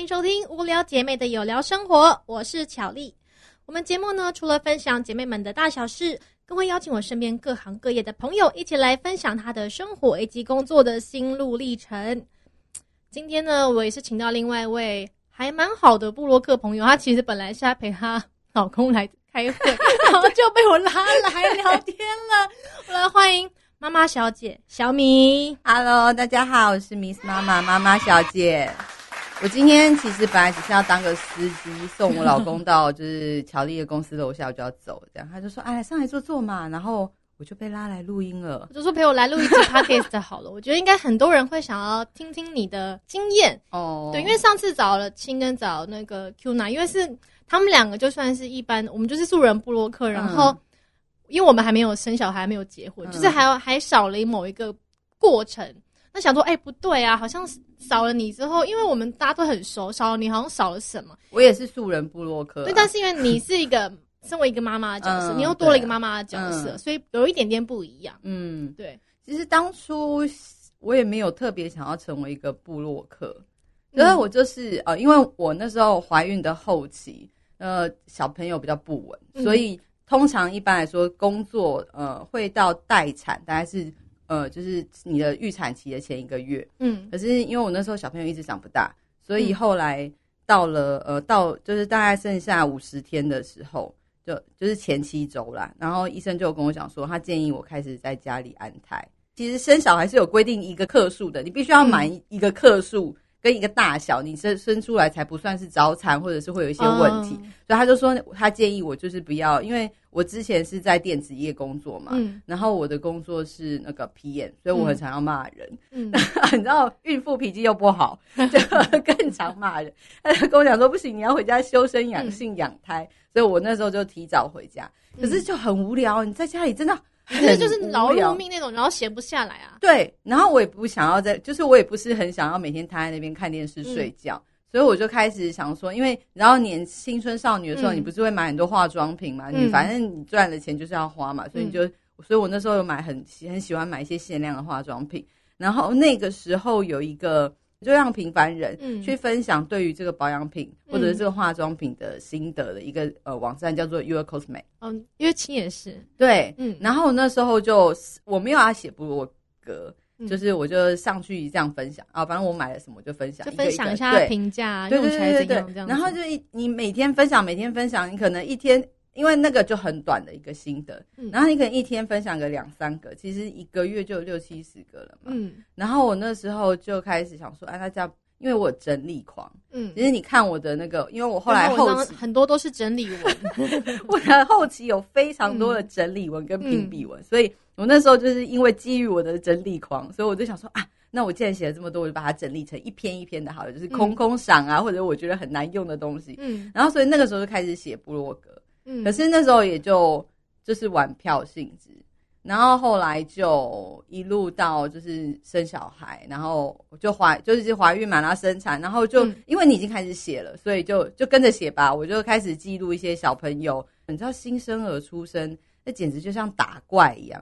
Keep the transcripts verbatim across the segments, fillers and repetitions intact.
迎收听无聊姐妹的有聊生活，我是巧丽。我们节目呢，除了分享姐妹们的大小事，更会邀请我身边各行各业的朋友一起来分享她的生活以及工作的心路历程。今天呢，我也是请到另外一位还蛮好的部落客朋友，她其实本来是要陪她老公来开会，然后就被我拉来聊天了。我来欢迎妈妈小姐小米。 Hello， 大家好，我是 Miss 妈妈妈妈小姐。我今天其实本来只是要当个司机，送我老公到就是乔丽的公司楼下，我就要走，这样他就说哎上来坐坐嘛，然后我就被拉来录音了。 我就说陪我来录一集 podcast 好了。我觉得应该很多人会想要听听你的经验哦。对，因为上次找了青跟找那个 Q 娜，因为是他们两个就算是一般，我们就是素人部落客，然后、嗯、因为我们还没有生小孩，还没有结婚，嗯、就是还还少了某一个过程。那想说，哎、欸，不对啊，好像少了你之后，因为我们大家都很熟，少了你好像少了什么。 我也是素人部落客、啊， 对，但是因为你是一个身为一个妈妈的角色、嗯，你又多了一个妈妈的角色、嗯，所以有一点点不一样。嗯，对。 其实当初我也没有特别想要成为一个部落客，因为我就是呃，因为我那时候怀孕的后期，呃，小朋友比较不稳，嗯、所以通常一般来说工作呃会到待产，大概是。呃，就是你的预产期的前一个月，嗯，可是因为我那时候小朋友一直长不大，所以后来到了呃到就是大概剩下五十天的时候，就就是前七周啦，然后医生就跟我讲说，他建议我开始在家里安胎。其实生小孩是有规定一个克数的，你必须要满一个克数跟一个大小，你生生出来才不算是早产，或者是会有一些问题。嗯、所以他就说，他建议我就是不要，因为我之前是在电子业工作嘛，嗯、然后我的工作是那个 P M， 所以我很常要骂人。嗯，你知道孕妇脾气又不好，就更常骂人。他就跟我讲说，不行，你要回家修身养性养胎、嗯。所以我那时候就提早回家，可是就很无聊，你在家里真的。 可是就是劳碌命那种，然后闲不下来啊。 对，然后我也不想要在，就是我也不是很想要每天瘫在那边看电视睡觉、嗯，所以我就开始想说，因为然后年青春少女的时候、嗯，你不是会买很多化妆品嘛？嗯、你反正你赚了钱就是要花嘛，所以你就，嗯、所以我那时候有买很很喜欢买一些限量的化妆品，然后那个时候有一个。就让平凡人去分享对于这个保养品、嗯、或者是这个化妆品的心得的一个呃网站，叫做 Your Cosme。 嗯，因为亲也是对，嗯，然后那时候就我没有要写部落格、嗯，就是我就上去这样分享啊，反正我买了什么我就分享， 就分享一下评价，用起来怎样这样子。 然后就一你每天分享，每天分享，你可能一天。因为那个就很短的一个心得、嗯，然后你可能一天分享个两三个，其实一个月就有六七十个了嘛。嗯，然后我那时候就开始想说，哎、啊，那这样，因为我有整理狂，嗯，其实你看我的那个，因为我后来后期很多都是整理文， 我的后期有非常多的整理文跟评比文、嗯，所以我那时候就是因为基于我的整理狂，所以我就想说啊。那我既然写了这么多，我就把它整理成一篇一篇的好了，就是空空赏啊、嗯，或者我觉得很难用的东西。嗯，然后所以那个时候就开始写部落格。嗯，可是那时候也就就是玩票性质，然后后来就一路到就是生小孩，然后就怀就是怀孕嘛，然后生产，然后就、嗯、因为你已经开始写了，所以就就跟着写吧。我就开始记录一些小朋友，你知道新生儿出生，那简直就像打怪一样。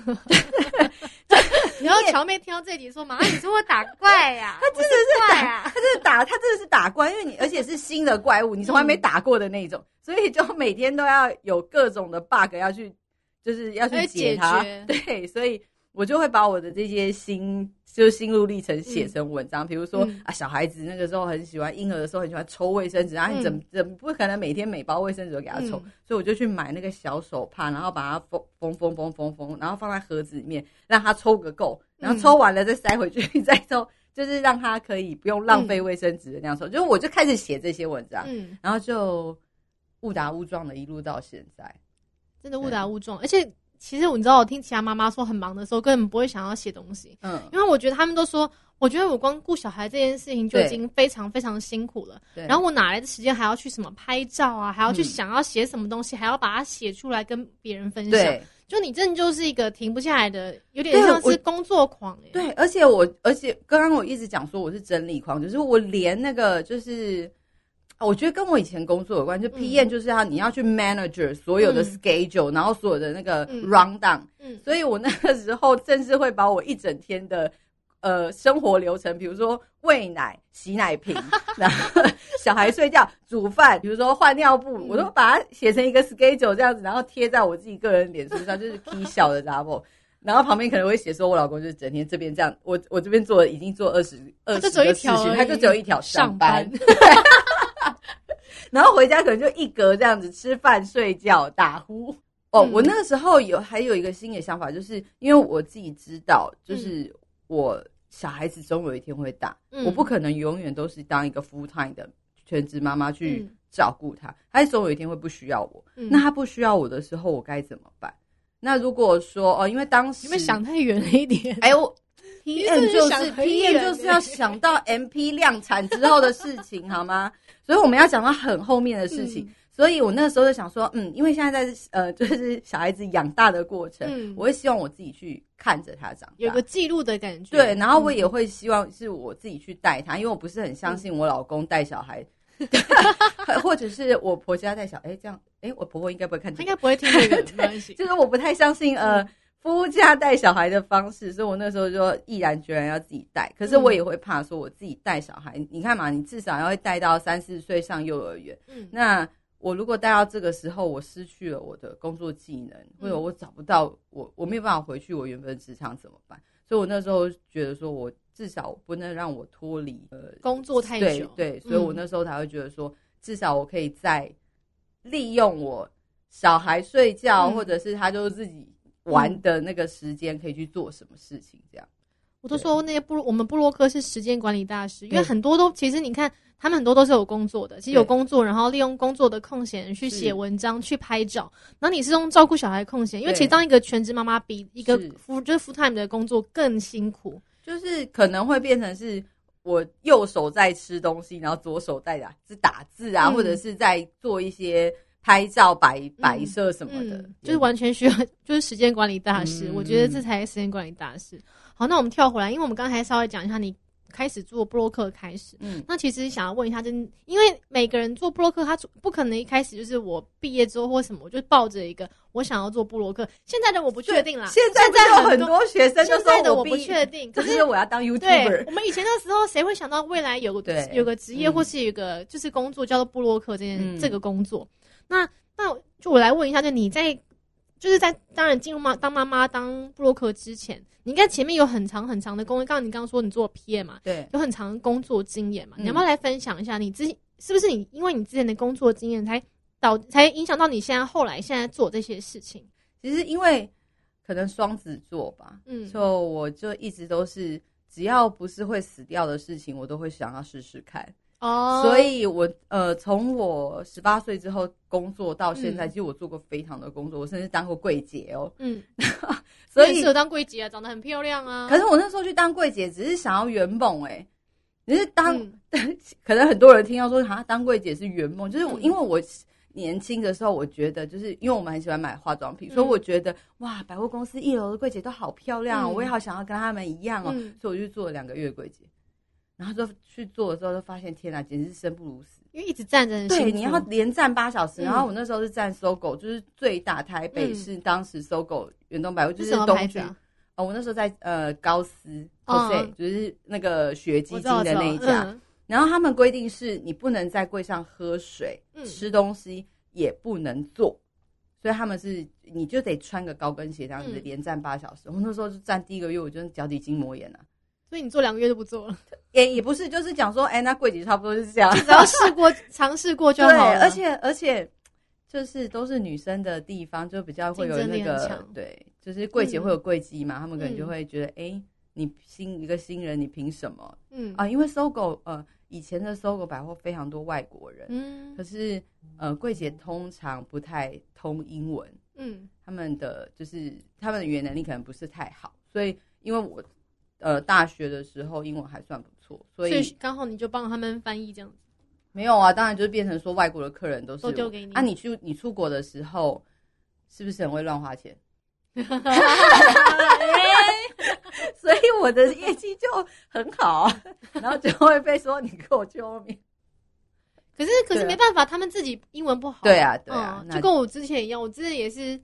然后乔妹听到这集说：“妈，你是会打怪呀、啊？” 他真的是怪啊，他真的打，他真的是打怪，因为你而且是新的怪物，你从来没打过的那种，嗯、所以就每天都要有各种的 bug 要去，就是要去解它。对，所以我就会把我的这些心，就是心路历程写成文章。比、嗯、如说、嗯、啊，小孩子那个时候很喜欢，婴儿的时候很喜欢抽卫生纸，然后你怎么怎么不可能每天每包卫生纸都给他抽、嗯，所以我就去买那个小手帕，然后把它封封封封封封，然后放在盒子里面，让他抽个够。然后抽完了再塞回去、嗯、再抽，就是让他可以不用浪费卫生纸的那样抽、嗯、就是我就开始写这些文章、嗯、然后就误打误撞的一路到现在， 真的误打误撞。而且其实你知道我听其他妈妈说很忙的时候根本不会想要写东西，嗯，因为我觉得他们都说我觉得我光顾小孩这件事情就已经非常非常辛苦了，然后我哪来的时间还要去什么拍照啊，还要去想要写什么东西、嗯、还要把它写出来跟别人分享，对，就你真的就是一个停不下来的，有点像是工作狂耶。 对，而且我，而且刚刚我一直讲说我是整理狂，就是我连那个就是，我觉得跟我以前工作有关，就 P M 就是要、嗯、你要去 manager 所有的 schedule，、嗯、然后所有的那个 rundown，、嗯嗯、所以我那个时候甚至会把我一整天的呃生活流程，比如说喂奶、洗奶瓶，然后小孩睡觉、煮饭，比如说换尿布，嗯、我都把它写成一个 schedule 这样子，然后贴在我自己个人脸书上，就是 K 小的 double。然后旁边可能会写说，我老公就是整天这边这样，我我这边做已经做二十二十个事情，他就只有一条上班，然后回家可能就一格这样子吃饭、睡觉、打呼。哦，嗯、我那个时候有还有一个新的想法，就是因为我自己知道，就是我小孩子总有一天会大，嗯、我不可能永远都是当一个 full time 的全职妈妈去照顾他，他总有一天会不需要我。嗯、那他不需要我的时候，我该怎么办？那如果说哦，因为当时你们想太远了一点， 哎呦 ，P M 就是 P M 就是要想到 M P 量产之后的事情，好吗？所以我们要讲到很后面的事情。嗯、所以我那个时候就想说，嗯，因为现在在呃，就是小孩子养大的过程，嗯、我会希望我自己去看着他长大， 有个记录的感觉。 对，然后我也会希望是我自己去带他，因为我不是很相信我老公带小孩。或者是我婆家带小，哎、欸，这样，哎、欸，我婆婆应该不会看、这个， 应该不会听这个，没关系。 就是我不太相信呃夫家带小孩的方式，所以我那时候就毅然决然要自己带。可是我也会怕说我自己带小孩，嗯、你看嘛，你至少要带到三四岁上幼儿园。嗯，那我如果带到这个时候，我失去了我的工作技能，嗯、或者我找不到我我没有办法回去我原本的职场怎么办？所以我那时候觉得说我至少不能让我脱离呃工作太久， 对对，所以我那时候才会觉得说。至少我可以在利用我小孩睡觉，嗯、或者是他就自己玩的那个时间，可以去做什么事情。这样， 我都说那些部我们部落客是时间管理大师，因为很多都其实你看他们很多都是有工作的，其实有工作，然后利用工作的空闲去写文章、去拍照。然后你是用照顾小孩空闲，因为其实当一个全职妈妈比一个 full 就是 full time 的工作更辛苦， 就是可能会变成是。我右手在吃东西，然后左手在打是打字啊，嗯、或者是在做一些拍照摆摆设什么的， 嗯、就是完全需要就是时间管理大师。嗯、我觉得这才是时间管理大师。好，那我们跳回来，因为我们刚才稍微讲一下你开始做部落客开始，嗯，那其实想要问一下，真因为每个人做部落客，他不可能一开始就是我毕业之后或什么，我就抱着一个我想要做部落客。现在的我不确定啦， 现在现在有很多学生就说现在的我不确定，可是我要当 YouTuber。 对，我们以前的时候，谁会想到未来有个有个职业或是有个就是工作叫做部落客这件、嗯、这个工作？那那就我来问一下，就你在就是在当然进入妈当妈妈当部落客之前。你应该前面有很长很长的工作，刚刚你刚刚说你做 P M 嘛， 对， 有很长的工作经验嘛，嗯、你要不要来分享一下你之是不是你因为你之前的工作经验才导才影响到你现在后来现在做这些事情？ 其实因为可能双子座吧，嗯，所以我就一直都是只要不是会死掉的事情，我都会想要试试看。哦，所以我呃从我十八岁之后工作到现在，嗯、其实我做过非常的工作，我甚至当过柜姐哦。嗯， 所以适合当柜姐啊，长得很漂亮啊。 可是我那时候去当柜姐，只是想要圆梦哎，只是当、嗯、可能很多人听到说哈当柜姐是圆梦，就是我、嗯、因为我年轻的时候，我觉得就是因为我们很喜欢买化妆品，嗯、所以我觉得哇百货公司一楼的柜姐都好漂亮、哦嗯、我也好想要跟他们一样哦，嗯、所以我就做了两个月柜姐。然后就去做的时候，就发现天哪，简直是生不如死。 因为一直站着很辛苦， 对，你要连站八小时。嗯、然后我那时候是站搜狗，就是最大台北市、嗯、当时搜狗远东百货，就是东区。啊、哦，我那时候在呃高斯，哦，就是那个雪肌精的那一家。嗯、然后他们规定是你不能在柜上喝水、嗯、吃东西，也不能坐，所以他们是你就得穿个高跟鞋这样子、嗯、连站八小时。我那时候就站第一个月，我就脚底筋膜炎了。 所以你做两个月就不做了？ 也也不是，就是讲说，哎、欸，那柜姐差不多就是这样， 只要试过、尝试过就好了。 对，而且而且就是都是女生的地方，就比较会有那个对，就是柜姐会有柜机嘛，嗯、他们可能就会觉得，哎、欸，你新一个新人，你凭什么？嗯啊，因为搜狗呃以前的搜狗百货非常多外国人，嗯，可是呃柜姐通常不太通英文，嗯，他们的就是他们的语言能力可能不是太好，所以因为我。呃，大学的时候英文还算不错，所以刚好你就帮他们翻译这样子。 没有啊，当然就是变成说外国的客人都是都丢给你。 啊，你去你出国的时候，是不是很会乱花钱？所以我的业绩就很好，然后就会被说你给我去后面。 可是可是没办法，他们自己英文不好。 对啊，对啊， 嗯、就跟我之前一样，我之前也是。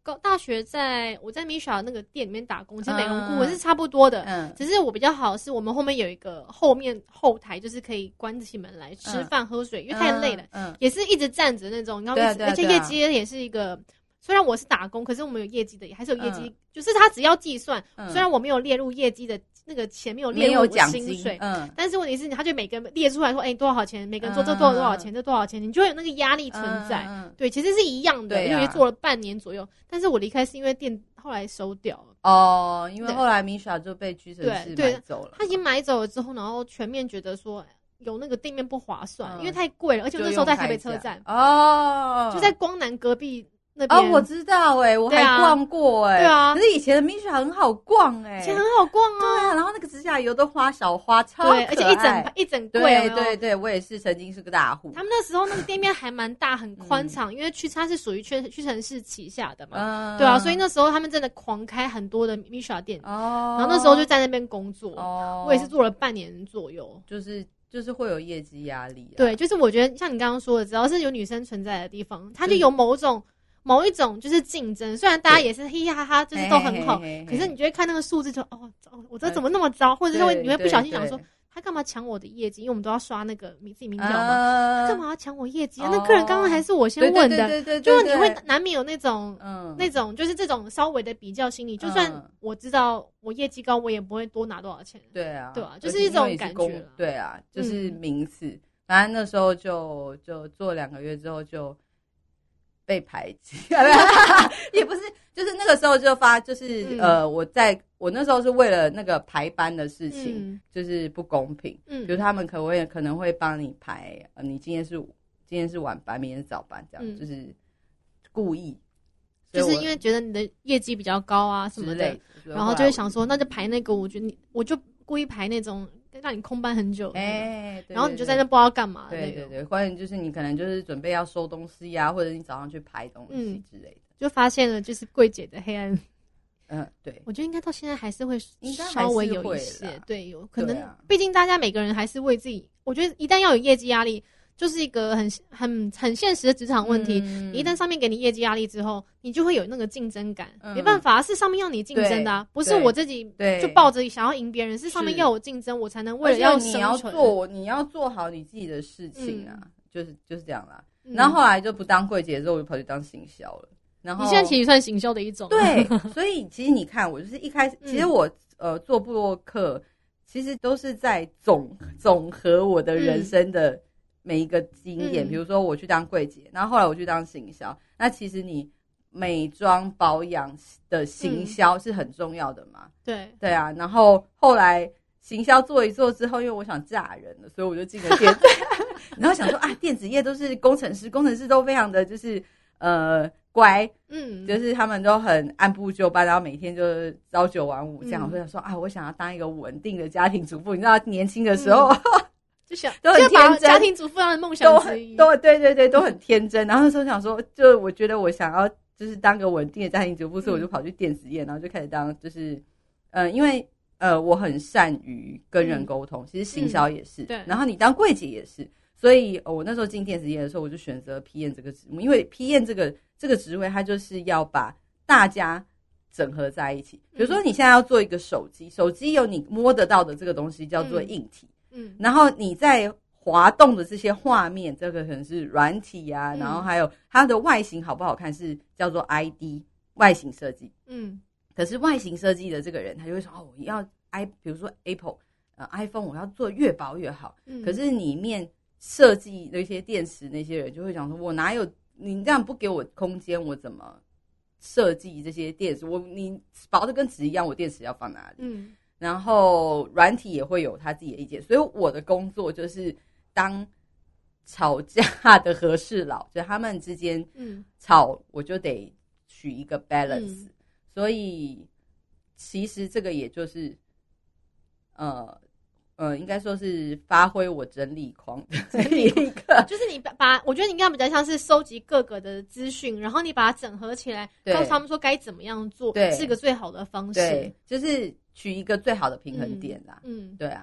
高大学在我在 Misha 那个店里面打工，其实美容顾问是差不多的，嗯，只是我比较好的是我们后面有一个后面后台，就是可以关起门来吃饭、嗯、喝水，因为太累了，嗯，也是一直站着那种，然后一直而且业绩也是一个。虽然我是打工，可是我们有业绩的，还是有业绩、嗯，就是他只要计算、嗯。虽然我没有列入业绩的那个钱，没有列入我的薪水，嗯，但是问题是，他就每个人列出来说，哎、欸，多少钱？每个人做这多少多少钱，这多少钱，你就会有那个压力存在。嗯嗯、对，其实是一样的、啊，因为做了半年左右，但是我离开是因为店后来收掉了。 哦，因为后来 Misha 就被屈臣氏买走了。 他已经买走了之后，然后全面觉得说。有那个店面不划算、嗯，因为太贵了，而且我那时候在台北车站哦， 就在光南隔壁那边。 哦，我知道哎、欸，我还逛过哎、欸， 对啊。 可是以前的 Misha 很好逛哎、欸， 以前很好逛啊， 对啊。然后那个指甲油都花小花，超可爱， 而且一整一整柜。 对对对，我也是曾经是个大户。 他们那时候那个店面还蛮大，很宽敞、嗯，因为屈它是属于屈屈臣氏旗下的嘛、嗯，对啊，所以那时候他们真的狂开很多的 Misha 店哦。然后那时候就在那边工作，哦，我也是做了半年左右， 就是。就是会有业绩压力、啊， 对，就是我觉得像你刚刚说的，只要是有女生存在的地方，它就有某种、嗯、某一种就是竞争。虽然大家也是嘻嘻哈哈，就是都很好，嘿嘿嘿嘿，可是你就会看那个数字就哦，我这怎么那么糟，或者是会你会不小心想说。他干嘛抢我的业绩？因为我们都要刷那个自己名条嘛。呃、他干嘛要抢我业绩、啊哦？那客人刚刚还是我先问的， 对对对对对对， 就是你会难免有那种，嗯，那种就是这种稍微的比较心理。就算我知道我业绩高，我也不会多拿多少钱。 对啊， 对啊，就是一种感觉。 对啊，就是名次。嗯、反正那时候就就做两个月之后就被排挤，也不是，就是那个时候就发，就是、嗯、呃，我在。我那时候是为了那个排班的事情，嗯、就是不公平。嗯，比如他们可会可能会帮你排，呃，你今天是今天是晚班，明天是早班，这样、嗯、就是故意， 就是因为觉得你的业绩比较高啊什么的，然后就会想说，那就排那个，我觉得你我就故意排那种让你空班很久，哎、欸，然后你就在那不知道干嘛的、那個。 对对对，关键就是你可能就是准备要收东西啊，或者你早上去排东西之类的， 嗯、就发现了就是柜姐的黑暗。 嗯，对， 我觉得应该到现在还是会稍微有一些，对，有可能，毕竟大家每个人还是为自己。我觉得一旦要有业绩压力，就是一个很很很现实的职场问题。嗯、一旦上面给你业绩压力之后，你就会有那个竞争感。嗯、没办法，是上面要你竞争的、啊，不是我自己就抱着想要赢别人，是上面要有竞争，我才能为了要生存。 你要做，你要做好你自己的事情啊，嗯、就是就是这样啦。嗯、然后后来就不当柜姐之后，我就跑去当行销了。然后你现在其实算行销的一种， 对，所以其实你看，我就是一开始，其实我、嗯、呃做部落客，其实都是在总总和我的人生的每一个经验、嗯。比如说我去当柜姐，然后后来我去当行销，那其实你美妆保养的行销是很重要的嘛？ 嗯、对对啊，然后后来行销做一做之后，因为我想嫁人了，所以我就进了电子，然后想说啊，电子业都是工程师，工程师都非常的就是呃。乖，嗯，就是他们都很按部就班，然后每天就是朝九晚五这样。我就想说啊，我想要当一个稳定的家庭主妇。你知道，年轻的时候、嗯、 就想都很天真， 家庭主妇的梦想之一， 都很都对对对，都很天真。然后那时候想说，就我觉得我想要就是当个稳定的家庭主妇，所以我就跑去电子业，然后就开始当就是呃，因为呃我很善于跟人沟通、嗯，其实行销也是、嗯，对。然后你当柜姐也是，所以、呃、我那时候进电子业的时候，我就选择 P M 这个职务，因为 P M 这个。这个职位它就是要把大家整合在一起。比如说你现在要做一个手机，嗯、手机有你摸得到的这个东西叫做硬体，嗯，然后你在滑动的这些画面，这个可能是软体啊、嗯，然后还有它的外形好不好看是叫做 I D 外形设计，嗯，可是外形设计的这个人他就会说哦，我要 i 比如说 Apple 呃 iPhone 我要做越薄越好，嗯，可是里面设计那些电池那些人就会讲说我哪有。你这样不给我空间，我怎么设计这些电池？我你薄的跟纸一样，我电池要放哪里？嗯，然后软体也会有他自己的意见，所以我的工作就是当吵架的和事佬，就他们之间吵，我就得取一个 balance、嗯。所以其实这个也就是呃。呃，应该说是发挥我整理狂的一个， 就是你把把，我觉得你应该比较像是收集各个的资讯，然后你把它整合起来，告诉他们说该怎么样做，是个最好的方式。 对，就是取一个最好的平衡点啦。嗯，嗯对啊。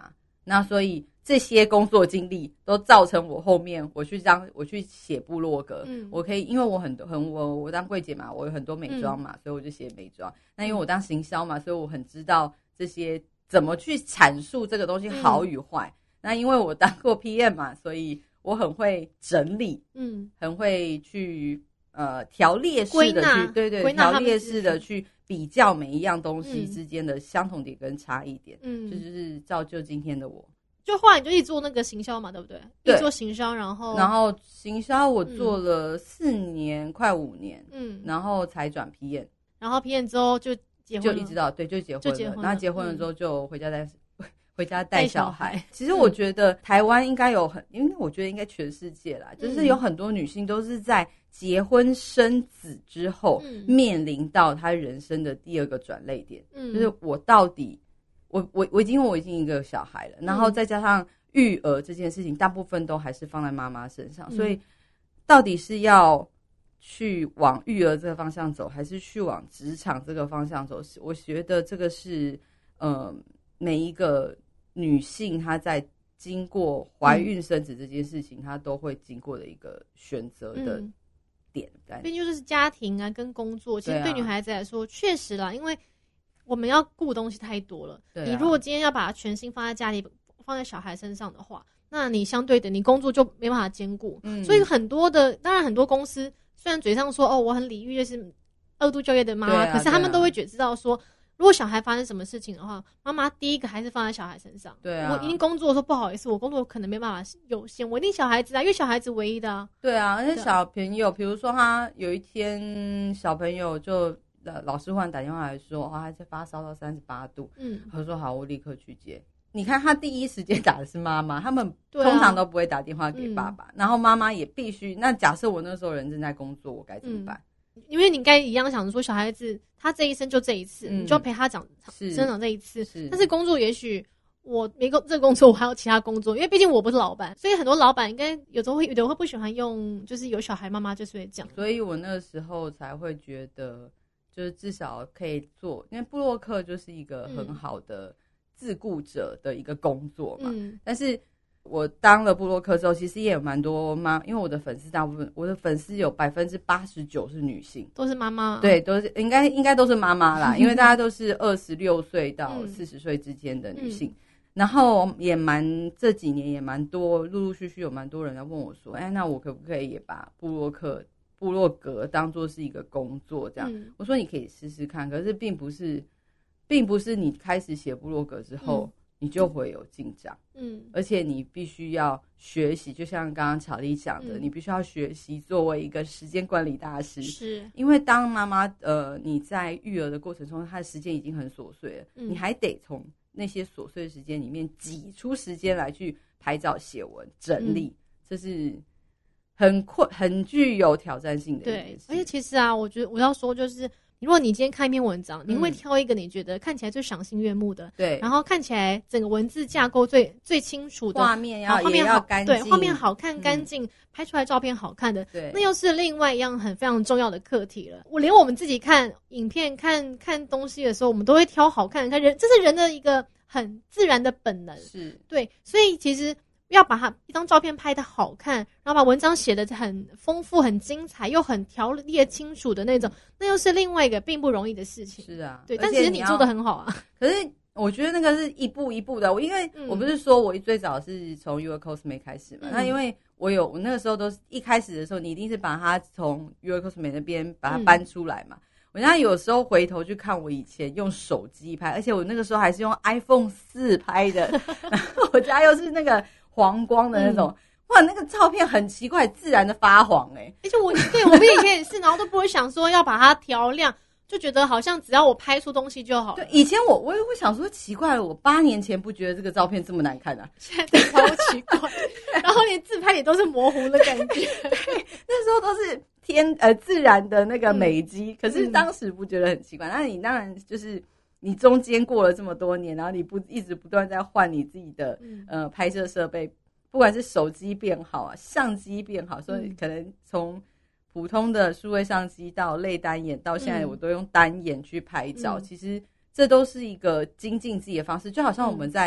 那所以这些工作经历都造成我后面我去当我去写部落格，嗯，我可以因为我很多很我我当柜姐嘛，我有很多美妆嘛，嗯，所以我就写美妆。那因为我当行销嘛，所以我很知道这些怎么去阐述这个东西好与坏。嗯，那因为我当过 P M 嘛，所以我很会整理，嗯，很会去呃条列式的去对对条列式的去比较每一样东西之间的相同点跟差异点，嗯，这就是造就今天的我。 就后来你就一直做那个行销嘛，对不对？一直做行销，然后然后行销我做了四年，嗯，快五年，嗯，然后才转 P M， 然后 P M 之后就结婚了， 就一直到对就结婚了， 就结婚了， 然后结婚了之后就回家带。嗯回家带小孩，其实我觉得台湾应该有很，因为我觉得应该全世界啦，就是有很多女性都是在结婚生子之后，嗯，面临到她人生的第二个转捩点，嗯，就是我到底，我我我已经我已经一个小孩了，然后再加上育儿这件事情，大部分都还是放在妈妈身上，嗯，所以到底是要去往育儿这个方向走，还是去往职场这个方向走？我觉得这个是，呃，每一个女性她在经过怀孕生子这件事情，她，嗯，都会经过的一个选择的点。 毕竟就是家庭啊跟工作，其实对女孩子来说，确，啊，实啦，因为我们要顾东西太多了，啊。你如果今天要把全心放在家里，放在小孩身上的话，那你相对的你工作就没办法兼顾，嗯。所以很多的，当然很多公司虽然嘴上说哦我很礼遇，就是二度就业的妈妈，啊，可是他们都会觉知道说，如果小孩发生什么事情的话，妈妈第一个还是放在小孩身上。对啊，我一定工作的时候不好意思，我工作可能没办法有限，我一定小孩子啊，因为小孩子唯一的啊。 对啊，而且小朋友，比如说他有一天小朋友就老师忽然打电话来说，哦，他在发烧到三十八度，嗯，他说好，我立刻去接。你看他第一时间打的是妈妈，他们通常都不会打电话给爸爸，啊，然后妈妈也必须。那假设我那时候人正在工作，我该怎么办？嗯， 因为你该一样想说，小孩子他这一生就这一次，嗯，你就要陪他长生长这一次。是，但是工作也许我没工这个工作，我还有其他工作，因为毕竟我不是老板，所以很多老板应该有时候会有的会不喜欢用，就是有小孩妈妈就是会讲。 所以我那个时候才会觉得，就是至少可以做，因为部落客就是一个很好的自雇者的一个工作嘛。嗯，但是我当了部落客之后，其实也有蛮多妈，因为我的粉丝大部分，我的粉丝有百分之八十九是女性， 都是妈妈， 对，都是应该应该都是妈妈啦，因为大家都是二十六岁到四十岁之间的女性，嗯，然后也蛮这几年也蛮多，陆陆续续有蛮多人来问我说，哎，那我可不可以也把部落客部落格当作是一个工作这样？嗯，我说你可以试试看，可是并不是，并不是你开始写部落格之后。嗯，你就会有进展，嗯，而且你必须要学习，就像刚刚巧丽讲的，嗯，你必须要学习作为一个时间管理大师，是因为当妈妈，呃，你在育儿的过程中，她的时间已经很琐碎了，嗯，你还得从那些琐碎的时间里面挤出时间来去拍照、写文、整理，嗯，这是很困、很具有挑战性的一件事。 对，而且其实啊，我觉得我要说就是。如果你今天看一篇文章，你会挑一个你觉得看起来最赏心悦目的，对，然后看起来整个文字架构最最清楚的画面要画面好干净， 对，画面好看干净，嗯，拍出来照片好看的，对，那又是另外一样很非常重要的课题了。我连我们自己看影片、看看东西的时候，我们都会挑好看的，看人，这是人的一个很自然的本能，是对，所以其实。要把它一张照片拍得好看，然后把文章写得很丰富、很精彩，又很条列清楚的那种，那又是另外一个并不容易的事情。是啊，对，但其实你做得很好啊。 可是我觉得那个是一步一步的，我因为我不是说我最早是从 Your Cosme 开始嘛，嗯，那因为我有我那个时候都是一开始的时候，你一定是把它从 Your Cosme 那边把它搬出来嘛。嗯，我现在有时候回头去看我以前用手机拍，而且我那个时候还是用 iPhone 四拍的，然后我家又是那个。黄光的那种，嗯，哇，那个照片很奇怪，自然的发黄哎，欸。 而且我对我们以前也是，然后都不会想说要把它调亮，就觉得好像只要我拍出东西就好了。 对，以前我我也会想说奇怪了，我八年前不觉得这个照片这么难看啊， 现在超奇怪，然后连自拍也都是模糊的感觉。 对，那时候都是天呃自然的那个美肌，嗯，可是当时不觉得很奇怪。那，嗯，你当然就是。你中间过了这么多年，然后你不一直不断在换你自己的，嗯，呃拍摄设备，不管是手机变好啊，相机变好，所以可能从普通的数位相机到类单眼，到现在我都用单眼去拍照，嗯，其实这都是一个精进自己的方式，就好像我们在。嗯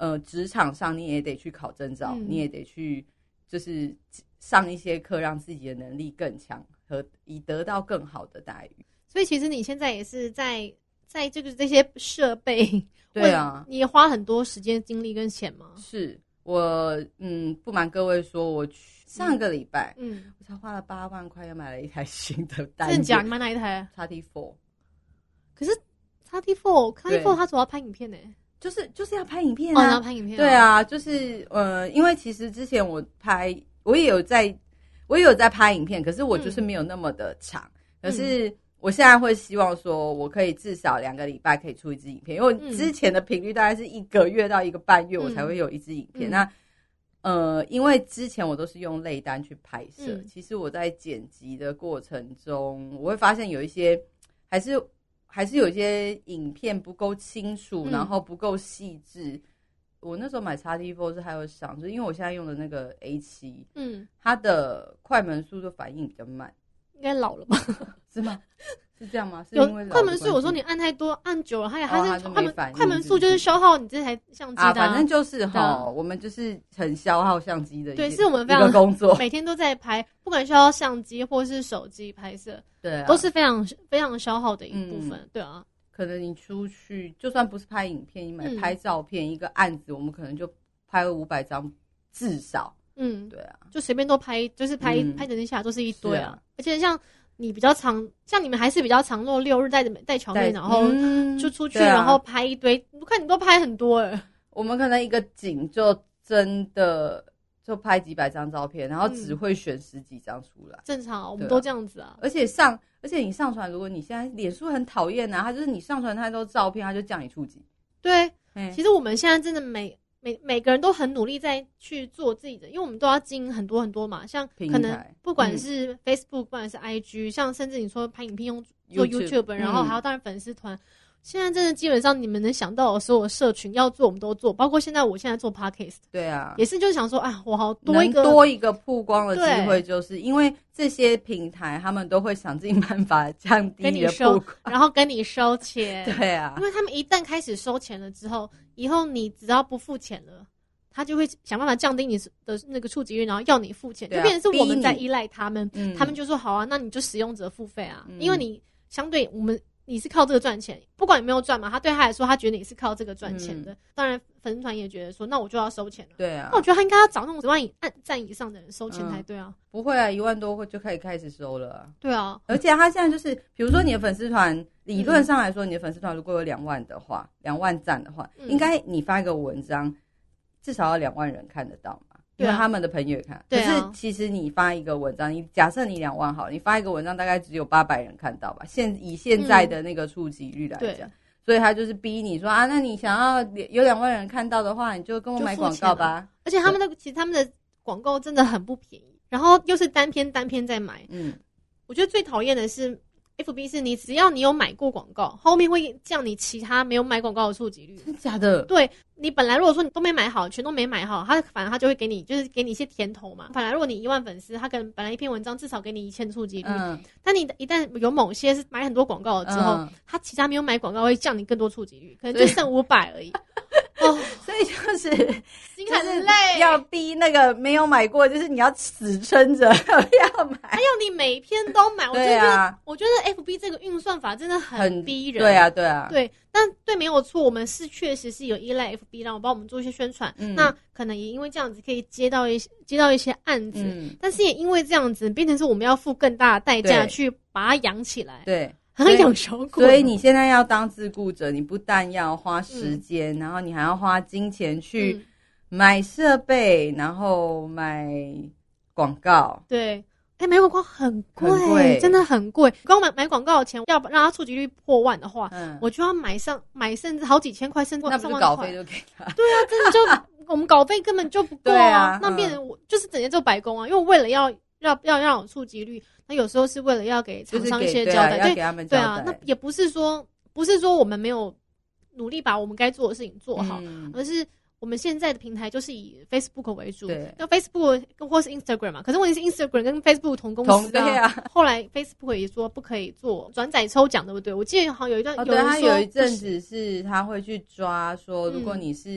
呃职场上你也得去考证照， 嗯、 你也得去就是上一些课，让自己的能力更强，和以得到更好的待遇。 所以其实你现在也是在在这个这些设备， 对啊， 你也花很多时间、精力跟钱吗？ 是我嗯，不瞒各位说，我上个礼拜嗯， 我才花了八万块，又买了一台新的单眼。 真的假的？你买哪一台 ？X T 四。 可是 X T 四 X T 四它主要拍影片呢、欸， 就是就是要拍影片啊， 哦、要拍影片、啊。 对啊，就是呃，因为其实之前我拍，我也有在，我也有在拍影片，可是我就是没有那么的长，嗯、可是。我现在会希望说，我可以至少两个礼拜可以出一支影片，因为我之前的频率大概是一个月到一个半月，我才会有一支影片。嗯、那呃，因为之前我都是用类单去拍摄，嗯、其实我在剪辑的过程中，我会发现有一些还是还是有一些影片不够清楚，嗯、然后不够细致。我那时候买 X T 四 是还有想，就是因为我现在用的那个 A 七，嗯，它的快门速度反应比较慢。 应该老了吧？ 是吗？是这样吗？是有因为快门速，我说你按太多，按久了，它也它是快门快快门速就是消耗你这台相机的、啊啊。反正就是哈，我们就是很消耗相机的一， 对，是我们非常工作， 每天都在拍，不管消耗相机或是手机拍摄， 对、啊， 都是非常非常消耗的一部分，嗯、对啊。 可能你出去，就算不是拍影片，你买拍照片，嗯、一个案子，我们可能就拍五百张至少。嗯，对啊， 就随便都拍，就是拍、嗯、拍整天下来都是一堆啊，啊而且像。你比较常，像你们还是比较常落六日带着带乔妹，然后就出去，嗯啊、然后拍一堆。我看你都拍很多哎。 我们可能一个景就真的就拍几百张照片，然后只会选十几张出来。 嗯、正常、啊，我们都这样子啊。 而且上，而且你上传，如果你现在脸书很讨厌啊，他就是你上传太多照片，他就叫你触及。 对，其实我们现在真的每。每每个人都很努力在去做自己的，因为我们都要经营很多很多嘛，像可能不管是 Facebook，、嗯、不管是 I G， 像甚至你说拍影片用做 YouTube，, YouTube 然后还有当然粉丝团、嗯，现在真的基本上你们能想到的所有社群要做我们都做，包括现在我现在做 Podcast， 对啊， 也是就是想说啊，我好多一个能多一个曝光的机会，就是因为这些平台他们都会想尽办法降低你的曝光， 然后跟你收钱， 对啊， 因为他们一旦开始收钱了之后。以后你只要不付钱了，他就会想办法降低你的那个触及率，然后要你付钱，啊、就变成是我们在依赖他们，嗯、他们就说好啊，那你就使用者付费啊，嗯、因为你相对我们你是靠这个赚钱，不管有没有赚嘛，他对他来说他觉得你是靠这个赚钱的，嗯、当然粉丝团也觉得说那我就要收钱了， 对啊， 那我觉得他应该要找那种十万以按赞以上的人收钱才对啊， 嗯、不会啊，一万多就可以开始收了、啊， 对啊， 而且他现在就是比如说你的粉丝团。理论上来说，你的粉丝团如果有两万的话，两万赞的话，嗯、应该你发一个文章，至少要两万人看得到嘛，因为他们的朋友也看。 对啊、 可是其实你发一个文章，你假设你两万好了，你发一个文章大概只有八百人看到吧？现以现在的那个触及率来讲，嗯、所以他就是逼你说啊，那你想要有两万人看到的话，你就跟我买广告吧。 而且他们的其实他们的广告真的很不便宜，然后又是单篇单篇在买。嗯，我觉得最讨厌的是。F B 是你只要你有买过广告，后面会降你其他没有买广告的触及率。 真的假的？ 对，你本来如果说你都没买好，全都没买好，他反正他就会给你就是给你一些甜头嘛。本来如果你一万粉丝，他可能本来一篇文章至少给你一千触及率，嗯、但你一旦有某些是买很多广告了之后，嗯、他其他没有买广告会降你更多触及率，可能就剩五百而已。 哦，所以就是心很累， 要逼那个没有买过，就是你要死撑着要买， 还要你每一篇都买。我觉得，啊、我觉得 F B 这个运算法真的很逼人。 对啊，对啊， 对。但对，没有错，我们是确实是有依赖 F B， 让我帮我们做一些宣传。嗯、那可能也因为这样子可以接到一些接到一些案子，嗯、但是也因为这样子变成是我们要付更大的代价去把它养起来。 对。 好像养小狗， 所以你现在要当自雇者，你不但要花时间，嗯、然后你还要花金钱去买设备，嗯、然后买广告。 对，哎、欸，买广告很贵，真的很贵。光买买广告的钱，要让它触及率破万的话，嗯、我就要买上买甚至好几千块，甚至上万块。 那不是稿费就给他？ 对啊，真的就我们稿费根本就不够 啊, 啊，那变成我就是整天做白工啊，因为我为了要要要让我触及率。那有时候是为了要给厂商一些交代， 就是、要给他们交代。 对啊，那也不是说不是说我们没有努力把我们该做的事情做好，嗯、而是我们现在的平台就是以 Facebook 为主。 对， 那 Facebook 或是 Instagram 嘛，可是问题是 Instagram 跟 Facebook 同公司啊。 对啊。 后来 Facebook 也说不可以做转载抽奖，对不对？我记得好像有一段， 哦、 有人说对，他有一阵子是他会去抓说，如果你是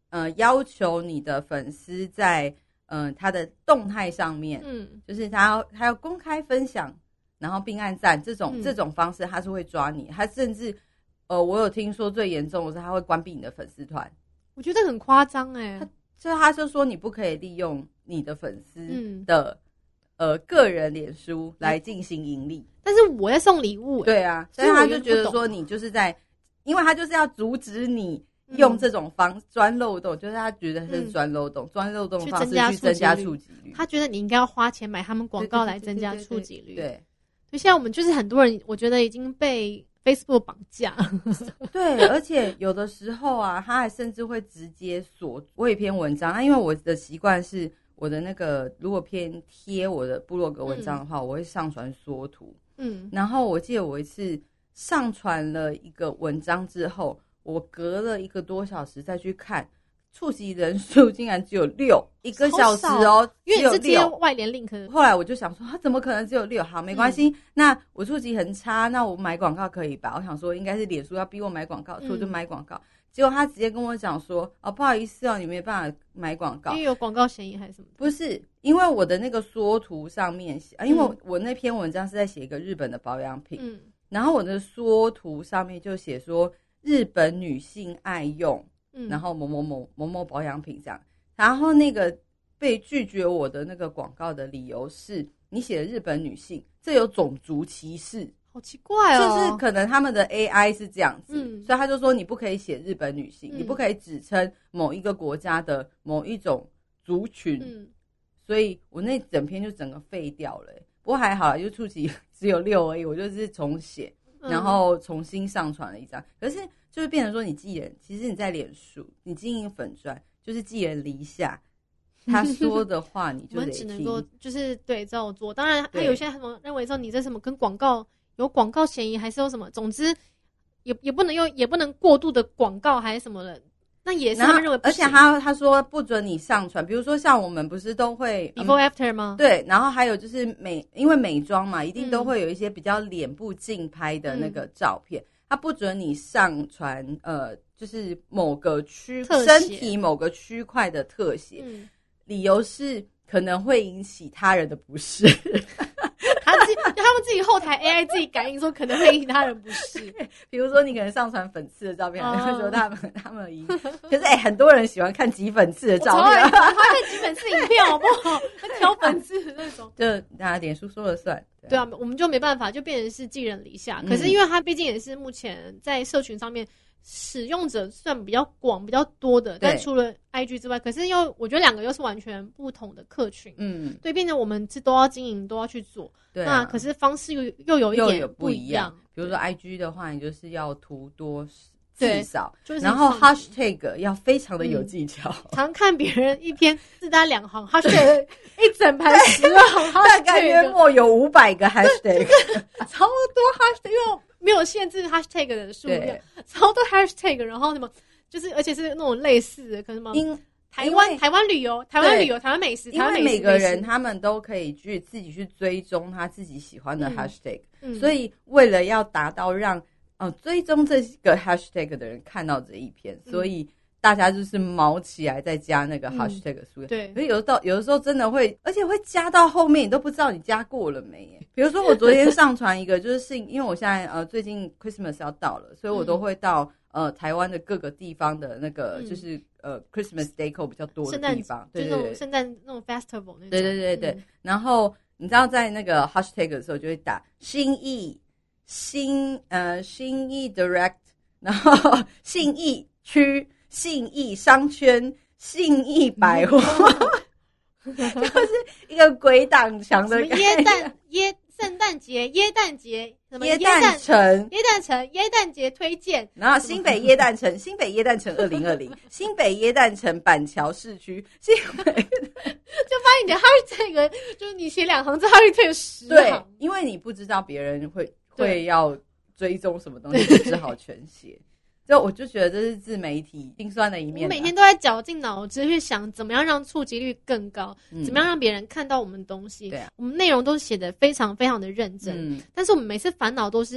呃要求你的粉丝在呃他的动态上面，嗯，就是他要他要公开分享，然后并按赞这种、嗯、这种方式，他是会抓你，他甚至呃我有听说最严重的是他会关闭你的粉丝团， 我觉得很夸张哎， 就他就说你不可以利用你的粉丝的、嗯、呃个人脸书来进行盈利， 但是我在送礼物， 对啊，所以他就觉得说你就是在，因为他就是要阻止你用这种方钻、嗯、漏洞，就是他觉得是钻漏洞，钻、嗯、漏洞的方式去增加触及率。 他觉得你应该要花钱买他们广告来增加触及率。 对，所以现在我们就是很多人，我觉得已经被 Facebook 绑架。 对，而且有的时候啊，他还甚至会直接锁。我有一篇文章，那因为我的习惯是我的那个如果偏贴我的部落格文章的话，嗯、我会上传缩图。嗯，然后我记得我一次上传了一个文章之后。我隔了一个多小时再去看，触及人数竟然只有六，一个小时哦， 因为你是接外联 link。 后来我就想说，他怎么可能只有六？好，没关系、嗯，那我触及很差，那我买广告可以吧？我想说应该是脸书要逼我买广告，所以我就买广告。嗯、结果他直接跟我讲说，哦，不好意思哦，你没办法买广告， 因为有广告嫌疑还是什么？ 不是，因为我的那个缩图上面写、嗯，因为 我, 我那篇文章是在写一个日本的保养品，嗯，然后我的缩图上面就写说。日本女性爱用、嗯、然后某某某某某保养品这样，然后那个被拒绝我的那个广告的理由是你写的日本女性，这有种族歧视， 好奇怪哦， 就是可能他们的 A I 是这样子、嗯、所以他就说你不可以写日本女性、嗯、你不可以指称某一个国家的某一种族群、嗯、所以我那整篇就整个废掉了、欸、不过还好就触及只有六而已，我就是重写然后重新上传了一张、嗯、可是就是变成说你寄人，其实你在脸书你经营粉专就是寄人篱下，他说的话你就得听，我们只能够就是对照做。当然还有一些什么认为说你这什么跟广告有广告嫌疑，还是有什么，总之也也不能用，也不能过度的广告还是什么的，那也是他们认为不行。 而且他他说不准你上传，比如说像我们不是都会 before after 吗、嗯？ 对，然后还有就是美，因为美妆嘛，一定都会有一些比较脸部竞拍的那个照片，他、嗯、不准你上传呃，就是某个区身体某个区块的特写、嗯，理由是可能会引起他人的不适。 他自己他们自己后台 A I 自己感应说可能会引起他人不适， 比如说你可能上传粉刺的照片，就说他们他们赢，可是哎、欸，很多人喜欢看挤粉刺的照片， 我超爱看挤粉刺影片，好不好？挑粉刺的那种， 就那脸书说了算。 对 啊, 对啊，我们就没办法，就变成是寄人篱下、嗯。可是因为他毕竟也是目前在社群上面使用者算比较广、比较多的，但除了 I G 之外，可是又我觉得两个又是完全不同的客群，嗯，对，变成我们是都要经营，都要去做，对、啊，那可是方式又又有一点不一样。 比如说 I G 的话，你就是要图多字少，就是然后 hashtag 要非常的有技巧。 嗯、常看别人一篇字大两行 hashtag 一整排十行， 大概约莫有五百个 hashtag， 超多 hashtag， 因为没有限制 hashtag 的数量，超多 hashtag， 然后什么就是而且是那种类似的，可能什么台湾台湾旅游、台湾旅游、台湾美食， 因为每个人他们都可以去自己去追踪他自己喜欢的 hashtag，、嗯嗯、所以为了要达到让哦追踪这个 hashtag 的人看到这一篇，嗯、所以大家就是毛起来再加那个 hashtag 数量、嗯。对，所以有的有的时候真的会，而且会加到后面你都不知道你加过了没耶。比如说我昨天上传一个，就是因为我现在呃最近 Christmas 要到了，所以我都会到。嗯呃，台湾的各个地方的那个、嗯、就是呃 ，Christmas decor 比较多的地方，对对对， 圣诞那种 festival 那种， 对对对对、嗯。然后你知道在那个 hashtag 的时候就会打信义新呃信义 direct， 然后信义区、信义商圈、信义百货，嗯、就是一个鬼挡墙的概念。 耶诞耶。圣诞节、耶诞节，什么耶诞城、 耶诞城、耶诞节推荐， 然后新北耶诞城、新北耶诞城二零二零、新北耶诞城板桥市区，新北就发现你的 hashtag 就是你写两行字 hashtag 十行， 对，因为你不知道别人会会要追踪什么东西，就只好全写。就我就觉得这是自媒体心酸的一面、啊。 我每天都在绞尽脑汁去想怎么样让触及率更高、嗯，怎么样让别人看到我们东西。对、啊，我们内容都写得非常非常的认真、嗯，但是我们每次烦恼都是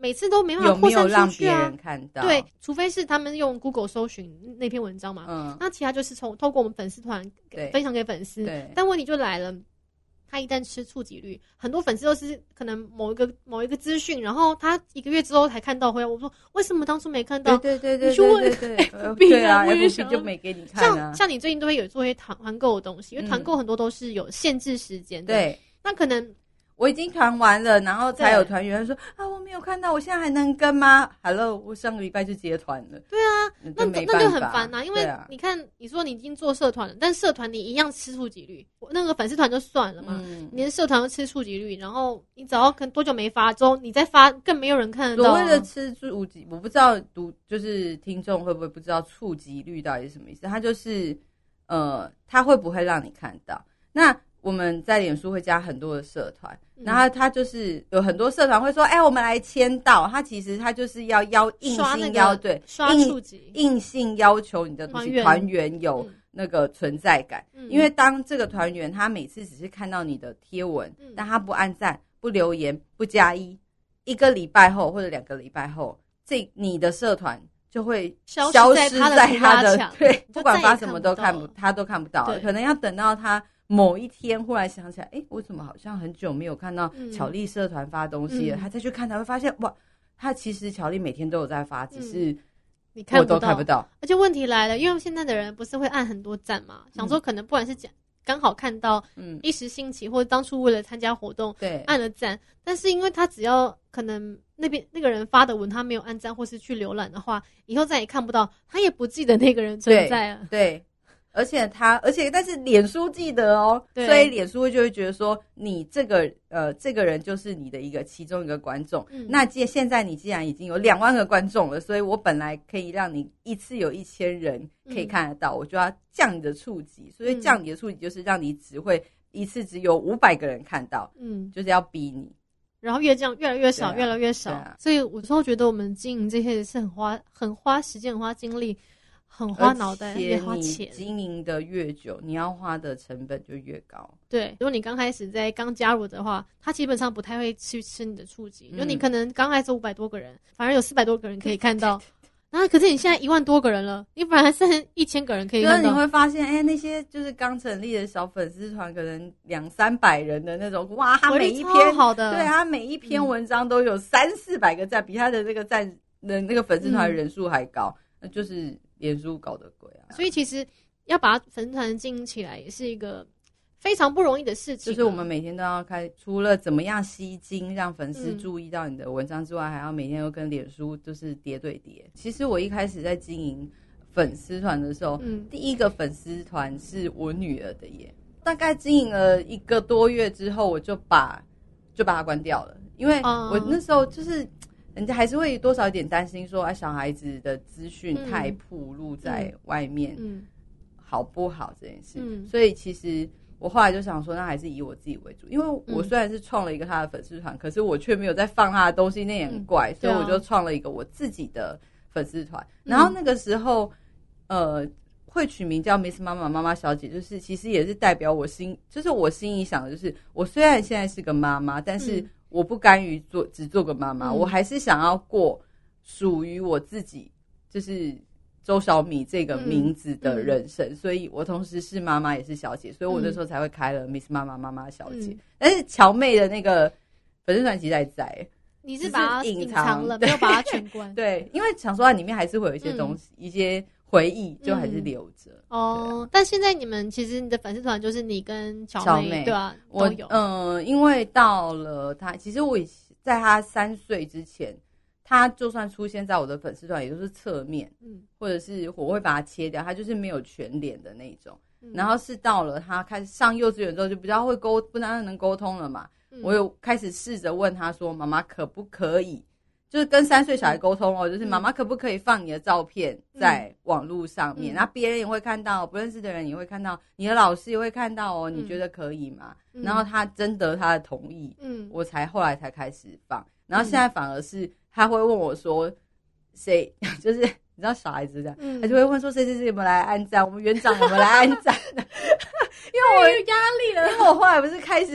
每次都没办法扩散出去啊， 有没有让别人看到？ 对，除非是他们用 Google 搜寻那篇文章嘛，嗯，那其他就是从透过我们粉丝团分享给粉丝，对。但问题就来了，他一旦吃触及率，很多粉丝都是可能某一个某一个资讯，然后他一个月之后才看到回来，我说为什么当初没看到？ 对对对对， 你去问 F B 对啊 ，F B 就没给你看啊。 像像你最近都会有做一些团团购的东西，因为团购很多都是有限制时间的， 对， 那可能。 我已经团完了，然后才有团员说啊，我没有看到，我现在还能跟吗 ？Hello， 我上个礼拜就结团了。 对啊，那那那就很烦呐、啊，因为你看，你说你已经做社团了，但社团你一样吃触及率，那个粉丝团就算了嘛，嗯、你的社团又吃触及率，然后你只要可能多久没发之后，你再发更没有人看得到、啊。 所谓的吃触及，我不知道读就是听众会不会不知道触及率到底是什么意思？它就是呃，它会不会让你看到？那我们在脸书会加很多的社团，然后他就是有很多社团会说，哎、欸，我们来签到。他其实他就是要要硬性要对刷触及， 硬性要求你的团员有那个存在感。嗯、因为当这个团员他每次只是看到你的贴文，嗯、但他不按赞、不留言、不加一，一个礼拜后或者两个礼拜后，这你的社团就会消失在他的对，不管发什么都看不，他都看不到，可能要等到他。某一天忽然想起来，哎、欸，我怎么好像很久没有看到巧丽社团发东西了？嗯、他再去看才会发现，哇，他其实巧丽每天都有在发，只是你看不到， 我都看不到。 而且问题来了，因为现在的人不是会按很多赞嘛，嗯、想说可能不管是讲刚好看到，嗯，一时兴起，或者当初为了参加活动，对，按了赞，但是因为他只要可能那边那个人发的文他没有按赞或是去浏览的话，以后再也看不到，他也不记得那个人存在了， 对。对而且他，而且但是脸书记得哦，所以脸书就会觉得说，你这个呃这个人就是你的一个其中一个观众。嗯、那既现在你既然已经有两万个观众了，所以我本来可以让你一次有一千人可以看得到，嗯、我就要降你的触及，所以降你的触及就是让你只会一次只有五百个人看到，嗯，就是要逼你。 然后越这样越来越少，啊、越来越少。啊、所以有时候觉得我们经营这些是很花很花时间、很花精力。很花脑袋，也花钱。 经营的越久，你要花的成本就越高。 对，如果你刚开始在刚加入的话，他基本上不太会去吃你的触及，因为、嗯、你可能刚开始五百多个人，反而有四百多个人可以看到。然后可是你现在一万多个人了，你反而剩一千个人可以看到。 就是你会发现，哎、欸，那些就是刚成立的小粉丝团，可能两三百人的那种，哇，他每一篇好的， 对他每一篇文章都有三四百个赞，比他的那个赞的那个粉丝团人数还高，那、嗯、就是。脸书搞得鬼啊！ 所以其实要把粉丝团经营起来，也是一个非常不容易的事情、啊。 就是我们每天都要开，除了怎么样吸睛让粉丝注意到你的文章之外，嗯、还要每天都跟脸书就是叠对叠。其实我一开始在经营粉丝团的时候，嗯、第一个粉丝团是我女儿的耶。大概经营了一个多月之后，我就把就把它关掉了，因为我那时候就是。人家还是会多少有点担心说，哎、啊，小孩子的资讯太暴露在外面，嗯，好不好这件事？嗯，所以其实我后来就想说，那还是以我自己为主，因为我虽然是创了一个他的粉丝团，嗯、可是我却没有在放他的东西，那也很怪，嗯、所以我就创了一个我自己的粉丝团。嗯、然后那个时候，呃，会取名叫 Miss 妈妈妈妈小姐，就是其实也是代表我心，就是我心里想的，就是我虽然现在是个妈妈，但是、嗯。我不甘于做只做个妈妈、嗯，我还是想要过属于我自己，就是周小米这个名字的人生，嗯嗯、所以我同时是妈妈也是小姐，所以我那时候才会开了 Miss 妈妈妈妈小姐。嗯、但是乔妹的那个粉丝团其实还在， 你是把它隐藏了，没有把它全关。 对，因为想说它里面还是会有一些东西，嗯、一些回忆就还是留着。嗯哦，啊、但现在你们其实你的粉丝团就是你跟乔妹，妹对啊，都有。 嗯、呃，因为到了他，其实我在他三岁之前，他就算出现在我的粉丝团，也就是侧面，嗯，或者是我会把它切掉，他就是没有全脸的那种。嗯、然后是到了他开始上幼稚园之后，就比较会沟，不但能沟通了嘛。嗯、我有开始试着问他说：“妈妈可不可以？”就是跟三岁小孩沟通哦，就是妈妈可不可以放你的照片在网络上面，然后别人也会看到，不认识的人也会看到，你的老师也会看到哦，你觉得可以吗？嗯、然后他征得他的同意，嗯，我才后来才开始放，然后现在反而是他会问我说谁，就是你知道小孩子这样，嗯、他就会问说谁谁谁有没有来按赞，我们园长有没有来按赞，因为我有压力了，因为我后来不是开始。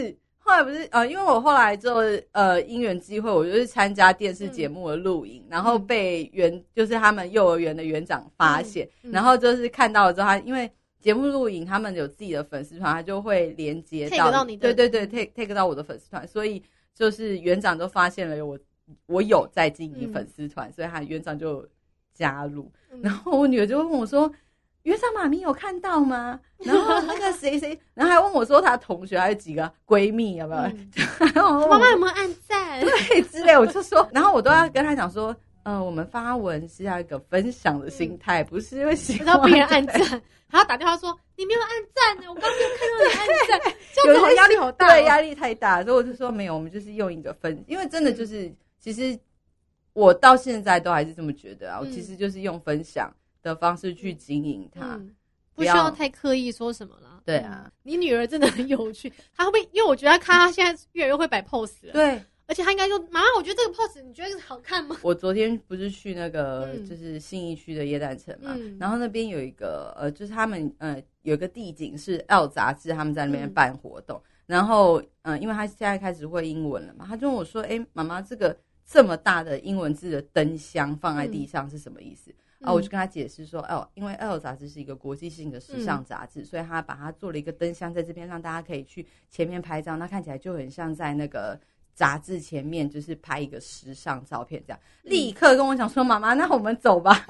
后来不是呃，因为我后来就呃因缘机会，我就是参加电视节目的录影，嗯、然后被园就是他们幼儿园的园长发现，嗯嗯、然后就是看到了之后，他因为节目录影，他们有自己的粉丝团，他就会连接到， 到你的， 对对对 ，take take 到我的粉丝团，所以就是园长都发现了我我有在经营粉丝团，嗯、所以他园长就加入，嗯、然后我女儿就问我说。园长妈咪有看到吗？然后那个谁谁，然后还问我说她同学还有几个闺蜜有没有？嗯、 妈妈有没有按赞？ 对，之类，我就说，然后我都要跟她讲说，呃，我们发文是要一个分享的心态，嗯、不是因为喜欢让别人按赞，还要打电话说你没有按赞呢，我刚刚没有看到你按赞，这样子压力好大， 对，压力太大，所以我就说没有，我们就是用一个分，因为真的就是，嗯、其实我到现在都还是这么觉得啊，我其实就是用分享的方式去经营它，嗯、 不需要太刻意说什么啦。 对啊， 嗯、你女儿真的很有趣，她会不会？因为我觉得她她现在越来越会摆 pose 了。 对， 而且她应该说：“妈妈，我觉得这个 pose 你觉得好看吗？” 我昨天不是去那个、嗯、就是信义区的耶诞城嘛，嗯、然后那边有一个呃，就是他们呃有一个地景是 L 杂志他们在那边办活动，嗯、然后嗯、呃，因为他现在开始会英文了嘛，他就问我说：“哎，妈妈，这个这么大的英文字的灯箱放在地上是什么意思？”嗯、啊，我就跟他解释说，哦，因为 L 杂志是一个国际性的时尚杂志，嗯、所以他把它做了一个灯箱在这边，让大家可以去前面拍照，那看起来就很像在那个杂志前面，就是拍一个时尚照片这样。嗯、立刻跟我讲说，妈妈，那我们走吧。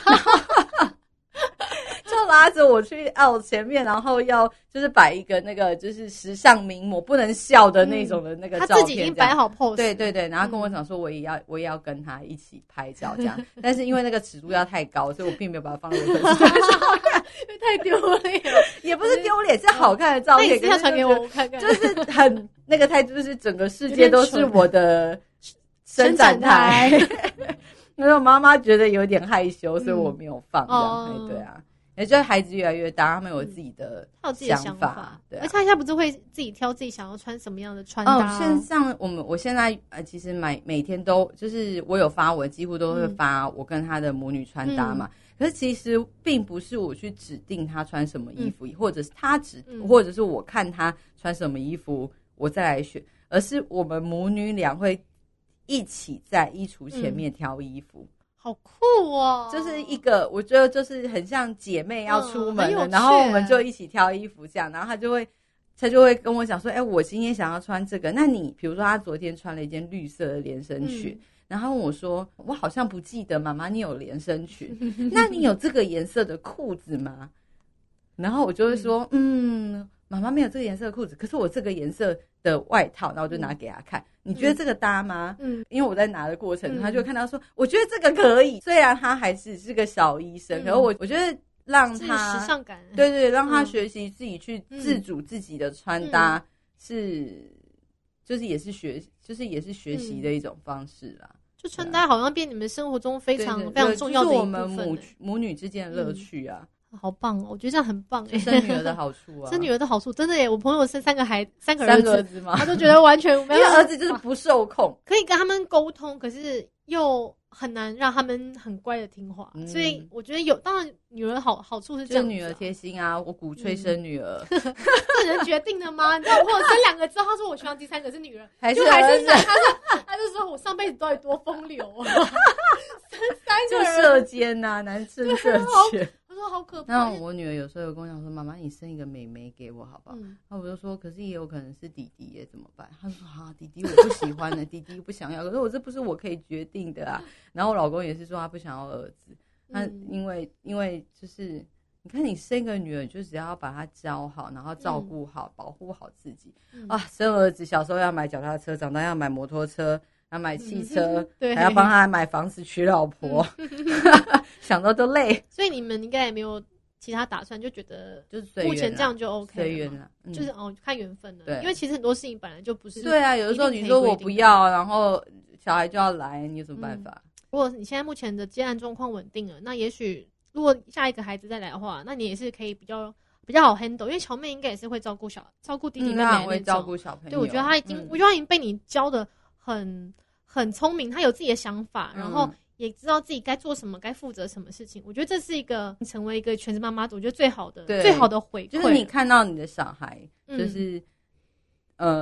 就拉着我去 L 前面，然后要就是摆一个那个就是时尚名模不能笑的那种的那个照片， 他自己已经摆好 pose， 对对对，然后跟我讲说我也要、嗯、我也要跟他一起拍照这样，但是因为那个尺度要太高，所以我并没有把它放在我粉丝团上面， 因为太丢脸了， 也不是丢脸，是好看的照片， 可以传给我看看， 就是很那个态度，就是整个世界都是我的伸展台。因为我妈妈觉得有点害羞，所以我没有放这样，嗯、对啊。也就是孩子越来越大，他们有自己的想法，嗯、自己的想法对、啊。 而且他现在不是会自己挑自己想要穿什么样的穿搭？ 哦，现像我们，我现在呃，其实每每天都就是我有发文，几乎都会发我跟他的母女穿搭嘛。嗯、可是其实并不是我去指定他穿什么衣服，嗯、或者是他指，嗯、或者是我看他穿什么衣服，我再来选，而是我们母女俩会一起在衣橱前面挑衣服。嗯好酷哦！ 就是一个，我觉得就是很像姐妹要出门了，嗯、然后我们就一起挑衣服这样，然后他就会，他就会跟我讲说，哎、欸，我今天想要穿这个，那你比如说他昨天穿了一件绿色的连身裙，嗯、然后问我说，我好像不记得妈妈你有连身裙，那你有这个颜色的裤子吗？然后我就会说，嗯，妈妈没有这个颜色的裤子，可是我这个颜色的外套，然后我就拿给他看。嗯你觉得这个搭吗？嗯，因为我在拿的过程，嗯、他就看到说，我觉得这个可以。虽然他还是是个小医生，嗯、可是我我觉得让他时尚感， 对对，让他学习自己去自主自己的穿搭，嗯、是就是也是学，就是也是学习的一种方式啦。 就穿搭好像变你们生活中非常对对对非常重要的一部分， 就是我们母母女之间的乐趣啊。 嗯好棒哦！我觉得这样很棒哎， 生女儿的好处啊， 生女儿的好处真的耶！我朋友生三个孩，三个儿子，三个儿子嘛， 他都觉得完全没有， 因为儿子就是不受控， 可以跟他们沟通，可是又很难让他们很乖的听话，嗯、所以我觉得有，当然女儿好好处是这样、啊， 就是女儿贴心啊，我鼓吹生女儿， 嗯、这人决定的吗？你知道我朋友生两个之后，他说我希望第三个是女儿， 还是就还是他说他就说我上辈子到底多风流啊，生三个人就射箭呐、啊，男生射箭。 好可怕！ 那我女儿有时候有跟我讲说：“妈妈，你生一个妹妹给我好不好？”嗯、然后我就说：“可是也有可能是弟弟耶，怎么办？”她说：“啊，弟弟我不喜欢的，弟弟不想要。可是我这不是我可以决定的啊。”然后我老公也是说他不想要儿子，那、嗯、因为因为就是你看你生一个女儿，就只要把她教好，然后照顾好、嗯、保护好自己、嗯、啊。生儿子小时候要买脚踏车，长大要买摩托车。要买汽车，嗯、还要帮他买房子娶老婆，嗯、想到都累。 所以你们应该也没有其他打算，就觉得就是随缘， 目前这样就 OK 了， 随缘了， 嗯、就是哦看缘分了。 对， 因为其实很多事情本来就不是。 对啊，有的时候你说我不要，然后小孩就要来，你有什么办法？ 嗯、如果你现在目前的接案状况稳定了，那也许如果下一个孩子再来的话，那你也是可以比较。比较好 handle， 因为乔妹应该也是会照顾小照顾弟弟妹妹的那种， 嗯、会照顾小朋友。 对，我觉得他已经，嗯、我觉得他已经被你教的很很聪明，他有自己的想法，然后也知道自己该做什么，该负责什么事情。我觉得这是一个成为一个全职妈妈，我觉得最好的最好的回馈， 就是你看到你的小孩，就是、嗯、呃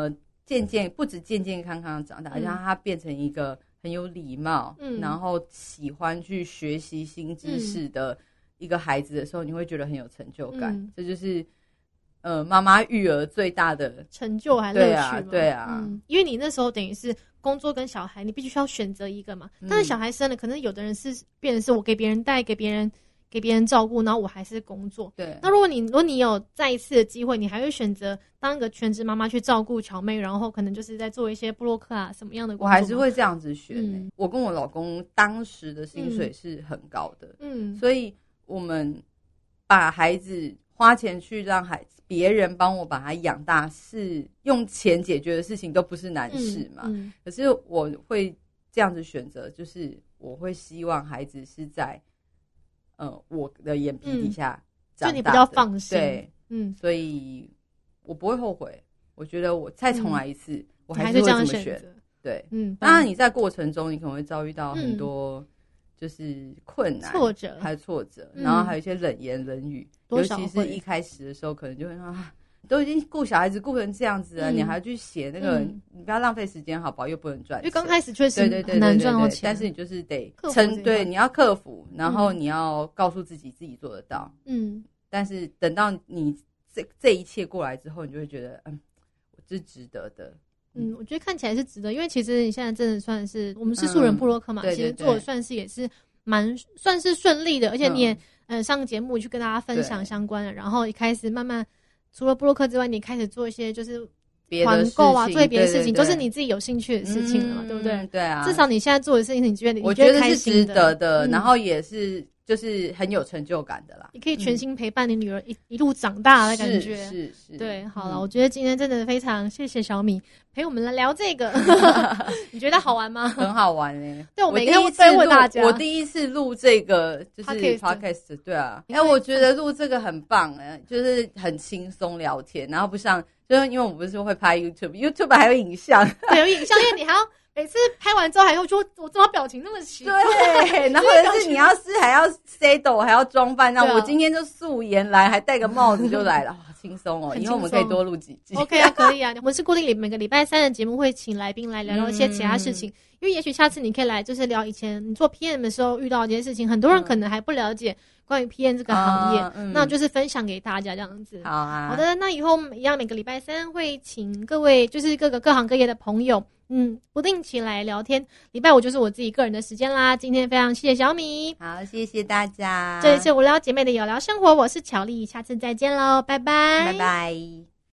渐渐不止健健康康的长大，而且他变成一个很有礼貌，嗯，然后喜欢去学习新知识的一个孩子的时候，你会觉得很有成就感。嗯、这就是呃妈妈育儿最大的成就还乐趣嘛。 对啊，对啊、 嗯，因为你那时候等于是工作跟小孩，你必须要选择一个嘛。但是小孩生了，可能有的人是变成是我给别人带，给别人。给别人照顾，然后我还是工作。 对。 那如果你如果你有再一次的机会，你还会选择当一个全职妈妈去照顾乔妹，然后可能就是在做一些部落客啊什么样的工作？ 我还是会这样子选、欸嗯。我跟我老公当时的薪水是很高的，嗯，所以我们把孩子花钱去让孩子别人帮我把他养大，是用钱解决的事情，都不是难事嘛。嗯嗯、可是我会这样子选择，就是我会希望孩子是在。呃，我的眼皮底下长大的、嗯、就你比较放心，对，嗯，所以我不会后悔。我觉得我再重来一次，嗯、我还是会这么选。对，嗯，当然你在过程中，你可能会遭遇到很多就是困难、 挫折， 还有挫折，然后还有一些冷言冷语，尤其是一开始的时候，可能就会啊。都已经顾小孩子顾成这样子了，嗯、你还去写那个、嗯，你不要浪费时间好不好？又不能赚钱， 因为刚开始确实很难赚到钱， 但是你就是得撑，对，你要克服，然后你要告诉自己自己做得到，嗯。但是等到你这这一切过来之后，你就会觉得，嗯，这是值得的。 嗯，我觉得看起来是值得，因为其实你现在真的算是我们是素人部落客嘛、嗯，其实做的算是也是蛮算是顺利的，而且你也、嗯、呃上个节目去跟大家分享相关的，然后一开始慢慢。除了部落客之外，你开始做一些就是团购啊，做别的事情，都是你自己有兴趣的事情了嘛、嗯，对不对？ 对啊， 至少你现在做的事情，你觉得你我觉得是值得的，嗯、然后也是就是很有成就感的啦。 你可以全心陪伴你女儿一、嗯、一路长大的感觉， 是是是。 对，好了、嗯，我觉得今天真的非常谢谢小米陪我们来聊这个，你觉得好玩吗？ 很好玩嘞、欸。 对，我每天会问问大家， 我第一次录这个就是 podcast， 对啊，哎、欸，我觉得录这个很棒哎、欸，就是很轻松聊天，然后不像。就是因为我们不是会拍 YouTube，YouTube 还有影像， 对，有影像，因为你还要每次拍完之后还要说，我怎么表情那么奇怪？ 对，然后或者是你要是还要 say 抖，还要装扮，那、啊、我今天就素颜来，还戴个帽子就来了，好轻松哦！以后我们可以多录几集。 OK 啊，可以啊，我们是固定每个礼拜三的节目会请来宾来聊聊一些其他事情，嗯、因为也许下次你可以来，就是聊以前你做 P M 的时候遇到这些事情，很多人可能还不了解。关于 P M 这个行业、啊嗯，那就是分享给大家这样子。 好啊， 好的，那以后一样每个礼拜三会请各位就是各个各行各业的朋友，嗯，不定期来聊天。礼拜五就是我自己个人的时间啦。今天非常谢谢小米， 好，谢谢大家。 这里是无聊姐妹的有聊生活，我是巧丽，下次再见喽，拜拜， 拜拜。